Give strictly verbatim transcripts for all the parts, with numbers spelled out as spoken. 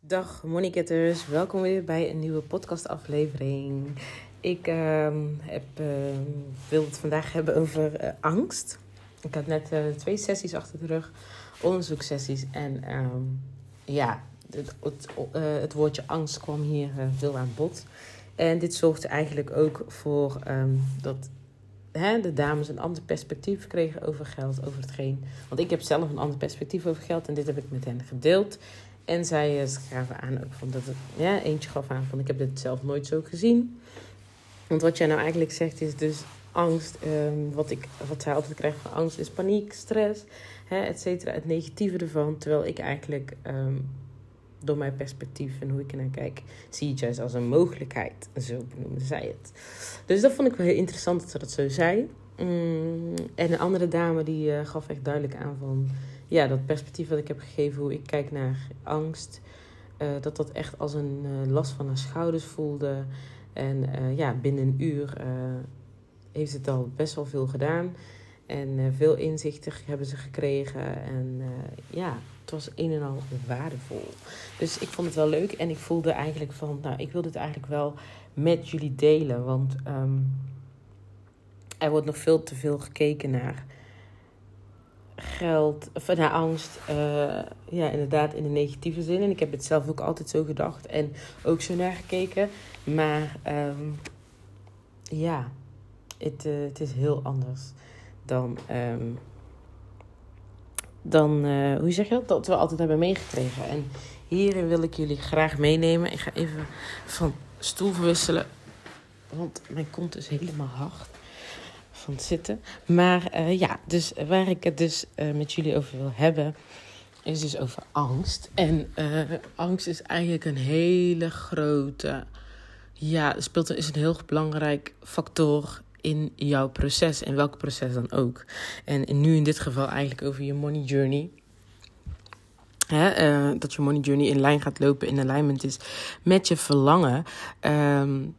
Dag Moneygetters, welkom weer bij een nieuwe podcastaflevering. Ik uh, heb, uh, wil het vandaag hebben over uh, angst. Ik had net uh, twee sessies achter de rug, onderzoekssessies. En um, ja, het, het, uh, het woordje angst kwam hier uh, veel aan bod. En dit zorgt eigenlijk ook voor um, dat hè, de dames een ander perspectief kregen over geld, over hetgeen. Want ik heb zelf een ander perspectief over geld en dit heb ik met hen gedeeld. En zij uh, gaven aan ook van dat het, ja, eentje gaf aan van ik heb dit zelf nooit zo gezien. Want wat jij nou eigenlijk zegt is dus angst. Um, wat, ik, wat zij altijd krijgen van angst is paniek, stress, hè, et cetera. Het negatieve ervan. Terwijl ik eigenlijk um, door mijn perspectief en hoe ik er naar kijk, zie het juist als een mogelijkheid. Zo benoemde zij het. Dus dat vond ik wel heel interessant dat ze dat zo zei. Um, en een andere dame die uh, gaf echt duidelijk aan van ja, dat perspectief wat ik heb gegeven, hoe ik kijk naar angst, uh, dat dat echt als een uh, last van haar schouders voelde. En uh, ja, binnen een uur uh, heeft het al best wel veel gedaan. En uh, veel inzichten hebben ze gekregen. En uh, ja, het was een en al waardevol. Dus ik vond het wel leuk. En ik voelde eigenlijk van, nou, ik wil dit eigenlijk wel met jullie delen. Want um, er wordt nog veel te veel gekeken naar geld, of naar angst, uh, ja, inderdaad in de negatieve zin. En ik heb het zelf ook altijd zo gedacht en ook zo naar gekeken. Maar um, ja, het, uh, het is heel anders dan, um, dan uh, hoe zeg je dat? Dat we altijd hebben meegekregen. En hierin wil ik jullie graag meenemen. Ik ga even van stoel verwisselen, want mijn kont is helemaal hard van het zitten. Maar uh, ja, dus waar ik het dus uh, met jullie over wil hebben, is dus over angst. En uh, angst is eigenlijk een hele grote, ja, speelt is een heel belangrijk factor in jouw proces. En welk proces dan ook. En nu in dit geval eigenlijk over je money journey. Hè, uh, dat je money journey in lijn gaat lopen, in alignment is met je verlangen. Um,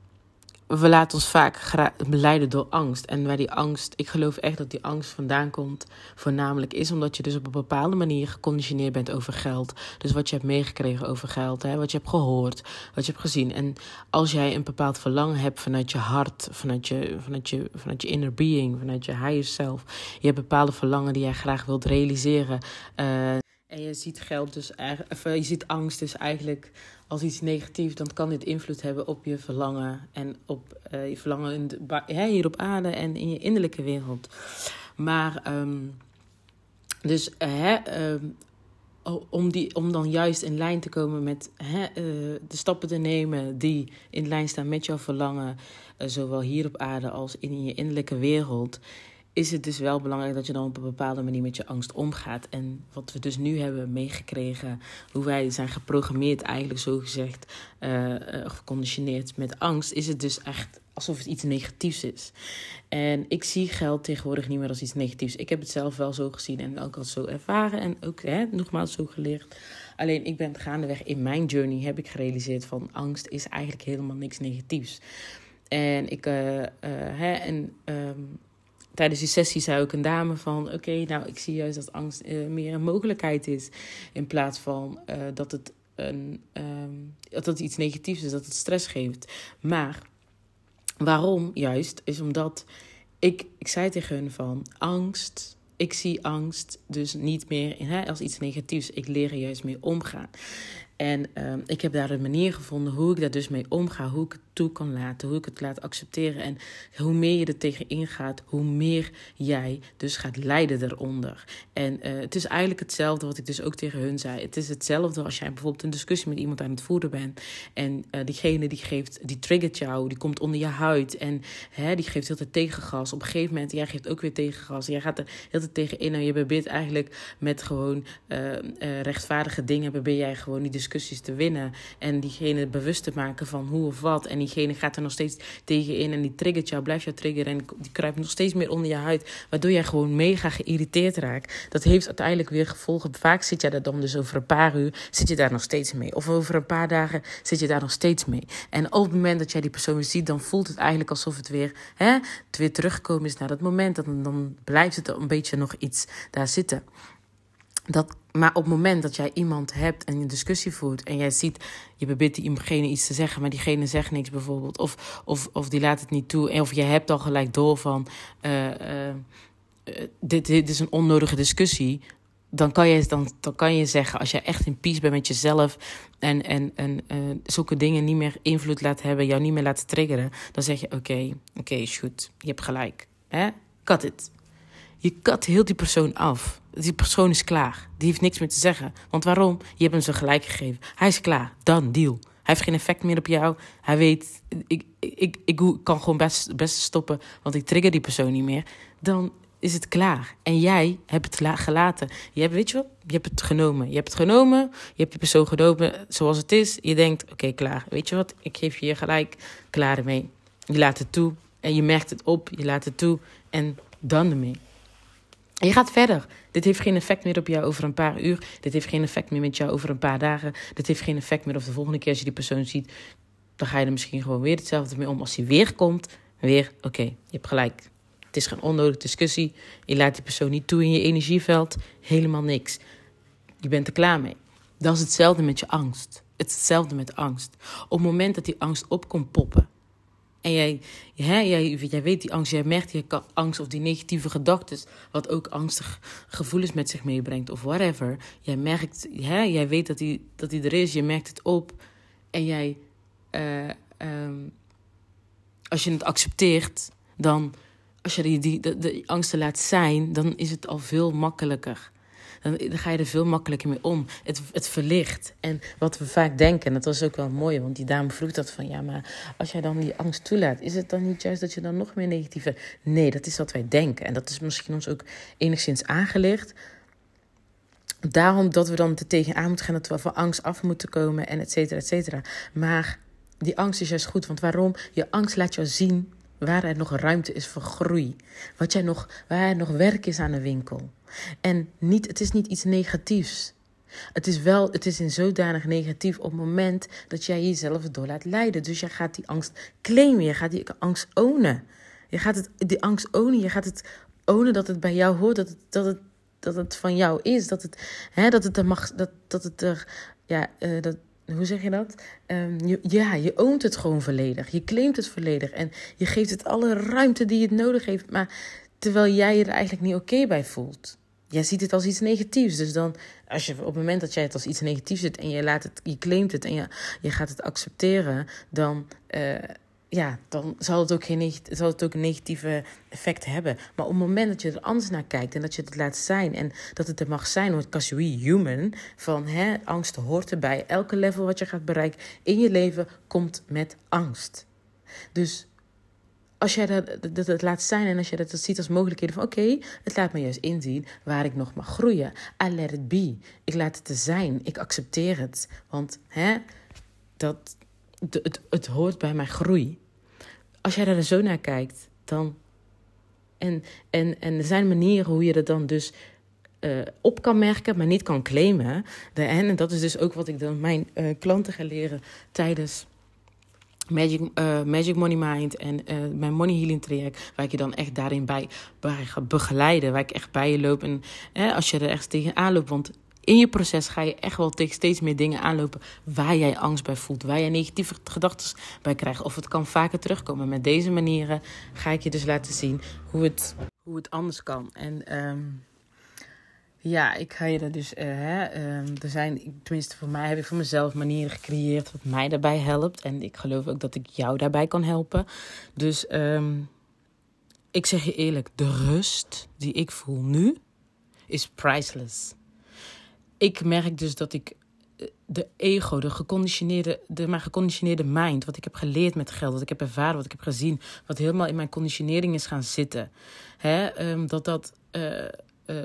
We laten ons vaak gra- leiden door angst. En waar die angst, ik geloof echt dat die angst vandaan komt, voornamelijk is omdat je dus op een bepaalde manier geconditioneerd bent over geld. Dus wat je hebt meegekregen over geld, hè, wat je hebt gehoord, wat je hebt gezien. En als jij een bepaald verlangen hebt vanuit je hart, vanuit je, vanuit je, vanuit je inner being, vanuit je higher self, je hebt bepaalde verlangen die jij graag wilt realiseren. Uh, En je ziet geld dus eigenlijk, of je ziet angst dus eigenlijk als iets negatiefs, dan kan dit invloed hebben op je verlangen en op uh, je verlangen in de, hè, hier op aarde en in je innerlijke wereld. Maar um, dus hè, um, om, die, om dan juist in lijn te komen met hè, uh, de stappen te nemen die in lijn staan met jouw verlangen, uh, zowel hier op aarde als in je innerlijke wereld, is het dus wel belangrijk dat je dan op een bepaalde manier met je angst omgaat. En wat we dus nu hebben meegekregen, hoe wij zijn geprogrammeerd eigenlijk zogezegd, uh, uh, geconditioneerd met angst, is het dus echt alsof het iets negatiefs is. En ik zie geld tegenwoordig niet meer als iets negatiefs. Ik heb het zelf wel zo gezien en ook al zo ervaren en ook hè, nogmaals zo geleerd. Alleen ik ben gaandeweg in mijn journey heb ik gerealiseerd van angst is eigenlijk helemaal niks negatiefs. En ik, uh, uh, hè, en... Um, Tijdens die sessie zei ook een dame van, oké, okay, nou, ik zie juist dat angst uh, meer een mogelijkheid is. In plaats van uh, dat, het een, um, dat het iets negatiefs is, dat het stress geeft. Maar waarom juist, is omdat ik, ik zei tegen hun van, angst, ik zie angst dus niet meer in, hè, als iets negatiefs. Ik leer er juist mee omgaan. En um, ik heb daar een manier gevonden hoe ik daar dus mee omga. Hoe ik het toe kan laten. Hoe ik het laat accepteren. En hoe meer je er tegen ingaat, hoe meer jij dus gaat lijden eronder. En uh, het is eigenlijk hetzelfde wat ik dus ook tegen hun zei. Het is hetzelfde als jij bijvoorbeeld een discussie met iemand aan het voeren bent. En uh, diegene die geeft, die triggert jou. Die komt onder je huid. En hè, die geeft heel tijd tegengas. Op een gegeven moment, jij geeft ook weer tegengas. Jij gaat er heel tijd tegen in. En je probeert eigenlijk met gewoon uh, uh, rechtvaardige dingen, probeer jij gewoon die discussies te winnen. En diegene bewust te maken van hoe of wat. En diegene gaat er nog steeds tegen in. En die triggert jou, blijft jou triggeren. En die kruipt nog steeds meer onder je huid. Waardoor jij gewoon mega geïrriteerd raakt. Dat heeft uiteindelijk weer gevolgen. Vaak zit jij daar dan dus over een paar uur, zit je daar nog steeds mee. Of over een paar dagen zit je daar nog steeds mee. En op het moment dat jij die persoon weer ziet, dan voelt het eigenlijk alsof het weer, hè, het weer teruggekomen is naar dat moment. Dan, dan blijft het een beetje nog iets daar zitten. Dat, maar op het moment dat jij iemand hebt en een discussie voert en jij ziet, je probeert diegene iets te zeggen, maar diegene zegt niks bijvoorbeeld, of, of, of die laat het niet toe, of je hebt al gelijk door van, uh, uh, dit, dit is een onnodige discussie, dan kan je, dan, dan kan je zeggen, als je echt in peace bent met jezelf en, en, en uh, zulke dingen niet meer invloed laat hebben, jou niet meer laten triggeren, dan zeg je, oké, okay, oké, okay, is goed, je hebt gelijk, hè? Cut it. Je kat heel die persoon af. Die persoon is klaar. Die heeft niks meer te zeggen. Want waarom? Je hebt hem zijn gelijk gegeven. Hij is klaar. Dan, deal. Hij heeft geen effect meer op jou. Hij weet, ik, ik, ik, ik kan gewoon best, best stoppen, want ik trigger die persoon niet meer. Dan is het klaar. En jij hebt het gelaten. Je hebt, weet je wat? Je hebt het genomen. Je hebt het genomen. Je hebt die persoon genomen zoals het is. Je denkt, oké, okay, klaar. Weet je wat? Ik geef je hier gelijk. Klaar ermee. Je laat het toe. En je merkt het op. Je laat het toe. En dan ermee. En je gaat verder. Dit heeft geen effect meer op jou over een paar uur. Dit heeft geen effect meer met jou over een paar dagen. Dit heeft geen effect meer of de volgende keer als je die persoon ziet. Dan ga je er misschien gewoon weer hetzelfde mee om. Als hij weer komt, weer, oké, okay, je hebt gelijk. Het is geen onnodige discussie. Je laat die persoon niet toe in je energieveld. Helemaal niks. Je bent er klaar mee. Dat is hetzelfde met je angst. Het is hetzelfde met angst. Op het moment dat die angst op komt poppen. En jij, hè, jij, jij weet die angst, jij merkt die angst of die negatieve gedachten, wat ook angstige gevoelens met zich meebrengt of whatever. Jij merkt, hè, jij weet dat die, dat die er is, je merkt het op. En jij, uh, um, als je het accepteert, dan, als je die, die, de, de angsten laat zijn, dan is het al veel makkelijker. Dan, dan ga je er veel makkelijker mee om. Het, het verlicht. En wat we vaak denken, en dat was ook wel mooi, want die dame vroeg dat van, ja, maar als jij dan die angst toelaat, is het dan niet juist dat je dan nog meer negatieve... Nee, dat is wat wij denken. En dat is misschien ons ook enigszins aangeleerd. Daarom dat we dan er tegenaan moeten gaan, dat we van angst af moeten komen, en et cetera, et cetera. Maar die angst is juist goed, want waarom? Je angst laat jou zien waar er nog ruimte is voor groei. Wat jij nog, waar er nog werk is aan de winkel. En niet, het is niet iets negatiefs. Het is wel, het is in zodanig negatief op het moment dat jij jezelf door laat leiden. Dus je gaat die angst claimen, je gaat die angst ownen. Je gaat het, die angst ownen, je gaat het ownen dat het bij jou hoort, dat het, dat het, dat het van jou is. Dat het, hè, dat het er mag, dat, dat het er, ja, uh, dat, hoe zeg je dat? Um, je, ja, je ownt het gewoon volledig. Je claimt het volledig. En je geeft het alle ruimte die het nodig heeft. Maar terwijl jij je er eigenlijk niet oké okay bij voelt. Jij ziet het als iets negatiefs. Dus dan, als je op het moment dat jij het als iets negatiefs ziet en je laat het, je claimt het en je, je gaat het accepteren, dan, uh, ja, dan zal het ook geen zal het ook een negatieve effect hebben. Maar op het moment dat je er anders naar kijkt en dat je het laat zijn en dat het er mag zijn, want because we human, van hè, angst hoort erbij. Elke level wat je gaat bereiken in je leven komt met angst. Dus als jij dat, dat, dat laat zijn en als je dat, dat ziet als mogelijkheden van oké, okay, het laat me juist inzien waar ik nog mag groeien. I let it be. Ik laat het er zijn. Ik accepteer het. Want hè, dat, het, het, het hoort bij mijn groei. Als jij daar zo naar kijkt, dan... En, en, en er zijn manieren hoe je dat dan dus uh, op kan merken, maar niet kan claimen. De, en dat is dus ook wat ik dan mijn uh, klanten ga leren tijdens Magic, uh, Magic Money Mind en uh, mijn Money Healing traject, waar ik je dan echt daarin bij, bij ga begeleiden, waar ik echt bij je loop. En hè, als je er echt tegenaan loopt, want in je proces ga je echt wel tegen steeds meer dingen aanlopen waar jij angst bij voelt, waar jij negatieve gedachten bij krijgt. Of het kan vaker terugkomen. Met deze manieren ga ik je dus laten zien hoe het, hoe het anders kan. En um, ja, ik ga je er dus... Uh, hè, um, er zijn, tenminste voor mij heb ik voor mezelf manieren gecreëerd wat mij daarbij helpt. En ik geloof ook dat ik jou daarbij kan helpen. Dus um, ik zeg je eerlijk, de rust die ik voel nu is priceless. Ik merk dus dat ik de ego, de geconditioneerde, de, mijn geconditioneerde mind, wat ik heb geleerd met geld, wat ik heb ervaren, wat ik heb gezien, wat helemaal in mijn conditionering is gaan zitten. Hè, um, dat dat, uh, uh,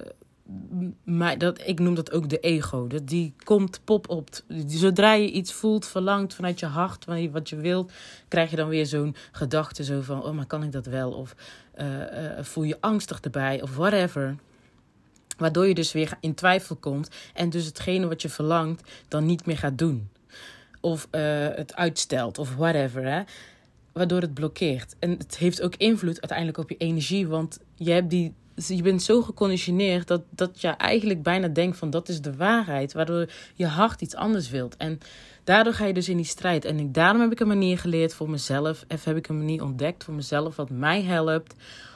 maar dat, ik noem dat ook de ego. Dat die komt pop op. Zodra je iets voelt, verlangt vanuit je hart, wat je wilt, krijg je dan weer zo'n gedachte zo van, oh, maar kan ik dat wel? Of uh, uh, voel je angstig erbij, of whatever. Waardoor je dus weer in twijfel komt en dus hetgene wat je verlangt dan niet meer gaat doen. Of uh, het uitstelt of whatever. Hè? Waardoor het blokkeert. En het heeft ook invloed uiteindelijk op je energie. Want je hebt die, je bent zo geconditioneerd dat, dat je eigenlijk bijna denkt van dat is de waarheid. Waardoor je hart iets anders wilt. En daardoor ga je dus in die strijd. En ik, daarom heb ik een manier geleerd voor mezelf. Of heb ik een manier ontdekt voor mezelf wat mij helpt.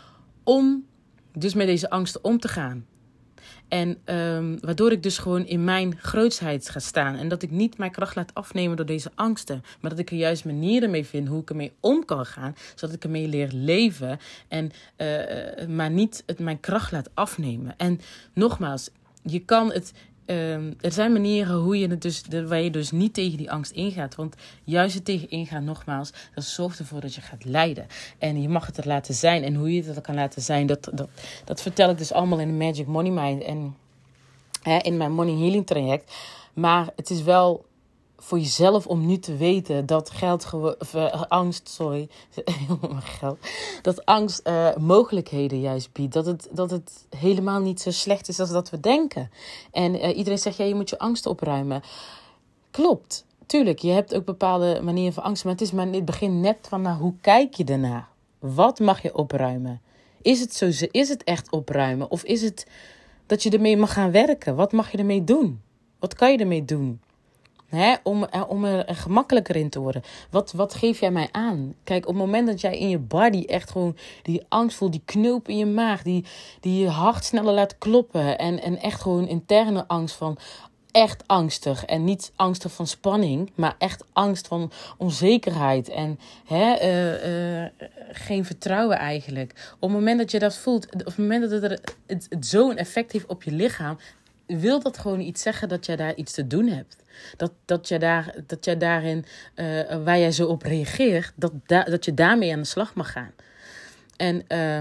Om dus met deze angsten om te gaan. En um, waardoor ik dus gewoon in mijn grootsheid ga staan. En dat ik niet mijn kracht laat afnemen door deze angsten. Maar dat ik er juist manieren mee vind hoe ik ermee om kan gaan. Zodat ik ermee leer leven. En, uh, maar niet het mijn kracht laat afnemen. En nogmaals, je kan het... Um, er zijn manieren hoe je het dus, waar je dus niet tegen die angst ingaat. Want juist het tegen ingaan, nogmaals, dat zorgt ervoor dat je gaat lijden. En je mag het er laten zijn. En hoe je het er kan laten zijn, dat, dat, dat vertel ik dus allemaal in de Magic Money Mind. En hè, in mijn Money Healing traject. Maar het is wel voor jezelf om nu te weten dat geld gewo- of, uh, angst, sorry, geld, dat angst uh, mogelijkheden juist biedt. Dat het, dat het helemaal niet zo slecht is als dat we denken. En uh, iedereen zegt, ja, je moet je angsten opruimen. Klopt, tuurlijk, je hebt ook bepaalde manieren van angst, maar het is maar in het begin net van, nou, hoe kijk je ernaar? Wat mag je opruimen? Is het zo, is het echt opruimen? Of is het dat je ermee mag gaan werken? Wat mag je ermee doen? Wat kan je ermee doen? Hè, om, om er gemakkelijker in te worden. Wat, wat geef jij mij aan? Kijk, op het moment dat jij in je body echt gewoon die angst voelt, die knoop in je maag, die, die je hart sneller laat kloppen. En, en echt gewoon interne angst van echt angstig. En niet angstig van spanning, maar echt angst van onzekerheid. En hè, uh, uh, geen vertrouwen eigenlijk. Op het moment dat je dat voelt, op het moment dat het, het, het zo'n effect heeft op je lichaam, wil dat gewoon iets zeggen dat jij daar iets te doen hebt. Dat, dat, jij, daar, dat jij daarin, uh, waar jij zo op reageert, dat, da, dat je daarmee aan de slag mag gaan. En uh,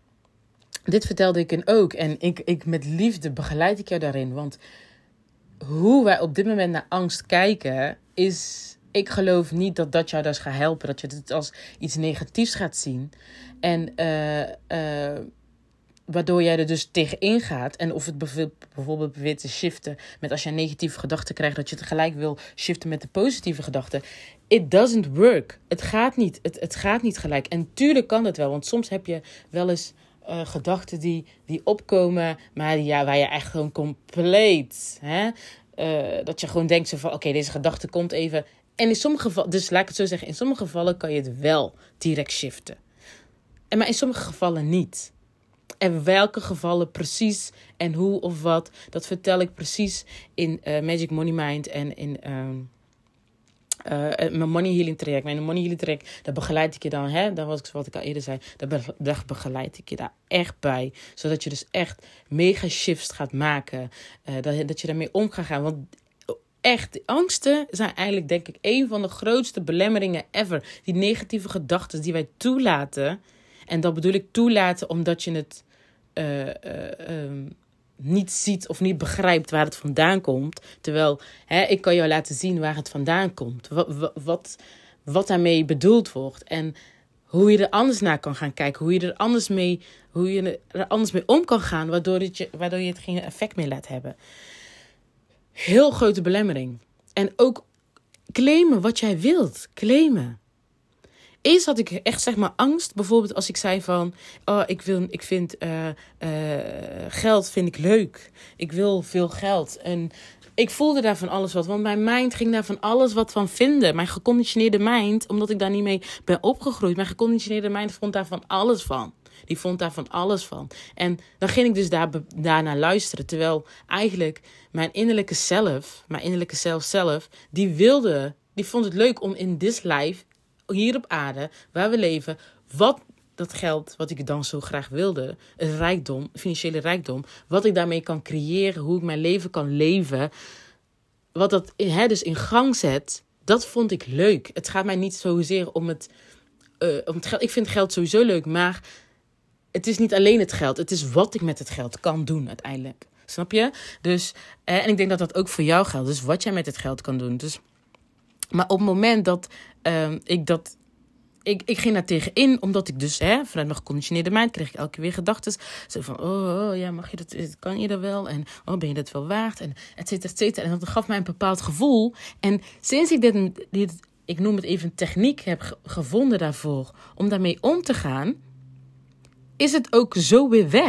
dit vertelde ik in ook. En ik, ik met liefde begeleid ik jou daarin. Want hoe wij op dit moment naar angst kijken, is... Ik geloof niet dat dat jou dus gaat helpen. Dat je het als iets negatiefs gaat zien. En... Uh, uh, Waardoor jij er dus tegenin gaat. En of het bijvoorbeeld probeert te shiften met als je een negatieve gedachte krijgt, dat je tegelijk wil shiften met de positieve gedachte. It doesn't work. Het gaat niet. Het, het gaat niet gelijk. En tuurlijk kan dat wel. Want soms heb je wel eens uh, gedachten die, die opkomen, maar die, ja, waar je echt gewoon compleet... Hè, uh, dat je gewoon denkt zo van, oké, okay, deze gedachte komt even. En in sommige gevallen, dus laat ik het zo zeggen, in sommige gevallen kan je het wel direct shiften. En maar in sommige gevallen niet. En welke gevallen precies en hoe of wat, dat vertel ik precies in uh, Magic Money Mind en in uh, uh, mijn Money Healing traject. Mijn Money Healing traject, daar begeleid ik je dan, hè, dat was wat ik al eerder zei, daar, be- daar begeleid ik je daar echt bij. Zodat je dus echt mega shifts gaat maken, uh, dat, dat je daarmee om gaat gaan. Want echt, angsten zijn eigenlijk, denk ik, een van de grootste belemmeringen ever. Die negatieve gedachten die wij toelaten. En dat bedoel ik toelaten omdat je het uh, uh, um, niet ziet of niet begrijpt waar het vandaan komt. Terwijl hè, ik kan jou laten zien waar het vandaan komt. Wat, wat, wat daarmee bedoeld wordt. En hoe je er anders naar kan gaan kijken. Hoe je er anders mee, hoe je er anders mee om kan gaan. Waardoor, het je, waardoor je het geen effect meer laat hebben. Heel grote belemmering. En ook claimen wat jij wilt. Claimen. Eerst had ik echt, zeg maar, angst. Bijvoorbeeld als ik zei van, oh, ik wil, ik vind uh, uh, geld vind ik leuk. Ik wil veel geld. En ik voelde daar van alles wat. Want mijn mind ging daar van alles wat van vinden. Mijn geconditioneerde mind, omdat ik daar niet mee ben opgegroeid. Mijn geconditioneerde mind vond daar van alles van. Die vond daar van alles van. En dan ging ik dus daar, daarnaar luisteren. Terwijl eigenlijk mijn innerlijke zelf, mijn innerlijke zelf zelf, die wilde, die vond het leuk om in this life, hier op aarde, waar we leven, wat dat geld, wat ik dan zo graag wilde, een rijkdom, financiële rijkdom, wat ik daarmee kan creëren, hoe ik mijn leven kan leven, wat dat hè, dus in gang zet, dat vond ik leuk. Het gaat mij niet zozeer om het, uh, om het geld. Ik vind geld sowieso leuk, maar het is niet alleen het geld. Het is wat ik met het geld kan doen uiteindelijk. Snap je? Dus, uh, en ik denk dat dat ook voor jou geldt. Dus wat jij met het geld kan doen. Dus, maar op het moment dat uh, ik dat... Ik, ik ging daar tegenin, omdat ik dus, hè, vanuit mijn geconditioneerde mind kreeg ik elke keer weer gedachten. Zo van, oh, oh, ja, mag je dat, kan je dat wel? En, oh, ben je dat wel waard? En et cetera, et cetera. En dat gaf mij een bepaald gevoel. En sinds ik dit, dit ik noem het even techniek, heb ge- gevonden daarvoor, om daarmee om te gaan, is het ook zo weer weg.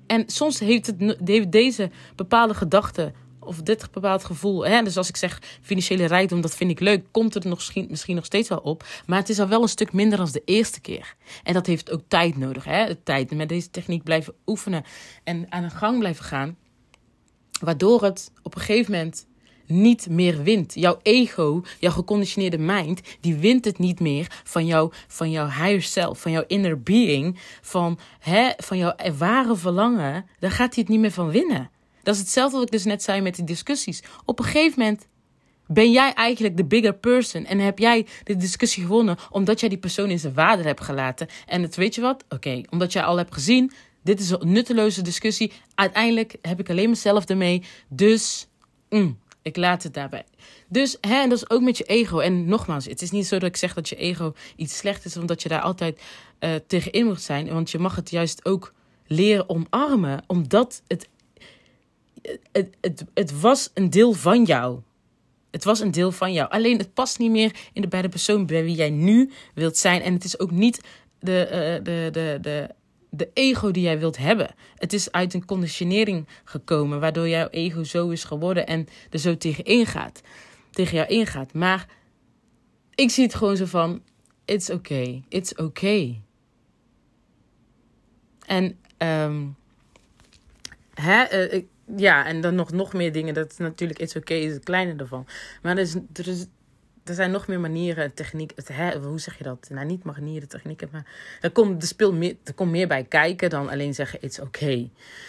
En soms heeft, het, heeft deze bepaalde gedachte of dit bepaald gevoel. Hè? Dus als ik zeg financiële rijkdom, dat vind ik leuk. Komt het er nog misschien, misschien nog steeds wel op. Maar het is al wel een stuk minder dan de eerste keer. En dat heeft ook tijd nodig. Hè? De tijd met deze techniek blijven oefenen. En aan de gang blijven gaan. Waardoor het op een gegeven moment niet meer wint. Jouw ego, jouw geconditioneerde mind, die wint het niet meer van, jou, van jouw higher self, van jouw inner being, van, hè, van jouw ware verlangen. Daar gaat hij het niet meer van winnen. Dat is hetzelfde wat ik dus net zei met die discussies. Op een gegeven moment ben jij eigenlijk de bigger person. En heb jij de discussie gewonnen omdat jij die persoon in zijn waarde hebt gelaten. En het, weet je wat? Oké, okay, omdat jij al hebt gezien, dit is een nutteloze discussie. Uiteindelijk heb ik alleen mezelf ermee. Dus mm, ik laat het daarbij. Dus, hè, en dat is ook met je ego. En nogmaals, het is niet zo dat ik zeg dat je ego iets slecht is, omdat je daar altijd uh, tegenin moet zijn. Want je mag het juist ook leren omarmen, omdat het Het, het, het was een deel van jou. Het was een deel van jou. Alleen het past niet meer in de, bij de persoon bij wie jij nu wilt zijn. En het is ook niet de, uh, de, de, de, de ego die jij wilt hebben. Het is uit een conditionering gekomen, waardoor jouw ego zo is geworden en er zo tegen ingaat. Tegen jou ingaat. Maar ik zie het gewoon zo van, it's okay. It's okay. En, um, hè, uh, ik, Ja, en dan nog, nog meer dingen. Dat is natuurlijk It's Okay is het kleine ervan. Maar er, is, er, is, er zijn nog meer manieren, techniek. Het, hè, hoe zeg je dat? Nou, niet manieren, technieken. Maar er komt, er, speelt meer, er komt meer bij kijken dan alleen zeggen It's Okay.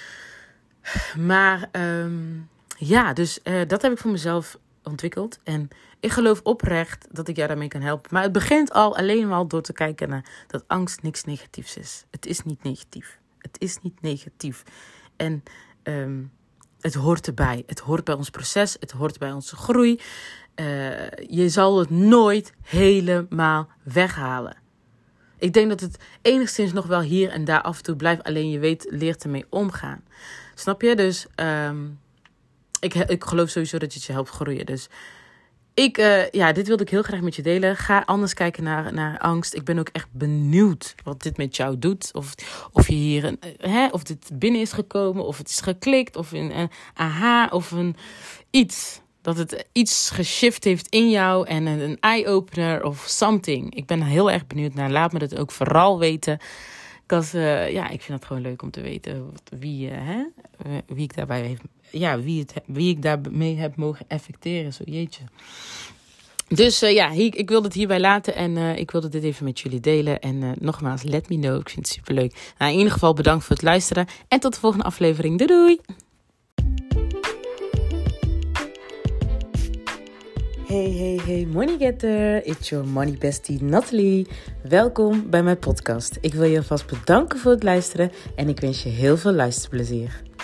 Maar um, ja, dus uh, dat heb ik voor mezelf ontwikkeld. En ik geloof oprecht dat ik jou daarmee kan helpen. Maar het begint al alleen maar door te kijken naar dat angst niks negatiefs is. Het is niet negatief. Het is niet negatief. En Um, het hoort erbij. Het hoort bij ons proces. Het hoort bij onze groei. Uh, je zal het nooit helemaal weghalen. Ik denk dat het enigszins nog wel hier en daar af en toe blijft. Alleen je weet, leert ermee omgaan. Snap je? Dus um, ik, ik geloof sowieso dat het je helpt groeien. Dus ik, uh, ja, dit wilde ik heel graag met je delen. Ga anders kijken naar, naar angst. Ik ben ook echt benieuwd wat dit met jou doet. Of, of je hier een, hè, of dit binnen is gekomen, of het is geklikt, of een, een aha, of een iets. Dat het iets geshift heeft in jou en een, een eye-opener of something. Ik ben heel erg benieuwd naar. Laat me dat ook vooral weten. Because, uh, ja, ik vind het gewoon leuk om te weten wie, uh, hè, wie ik daarbij heeft. Ja, wie, het, wie ik daarmee heb mogen effecteren. Zo jeetje. Dus uh, ja, hier, ik wilde het hierbij laten. En uh, ik wilde dit even met jullie delen. En uh, nogmaals, let me know. Ik vind het superleuk. Nou, in ieder geval bedankt voor het luisteren. En tot de volgende aflevering. Doei doei! Hey, hey, hey, money getter. It's your money bestie Nathalie. Welkom bij mijn podcast. Ik wil je alvast bedanken voor het luisteren. En ik wens je heel veel luisterplezier.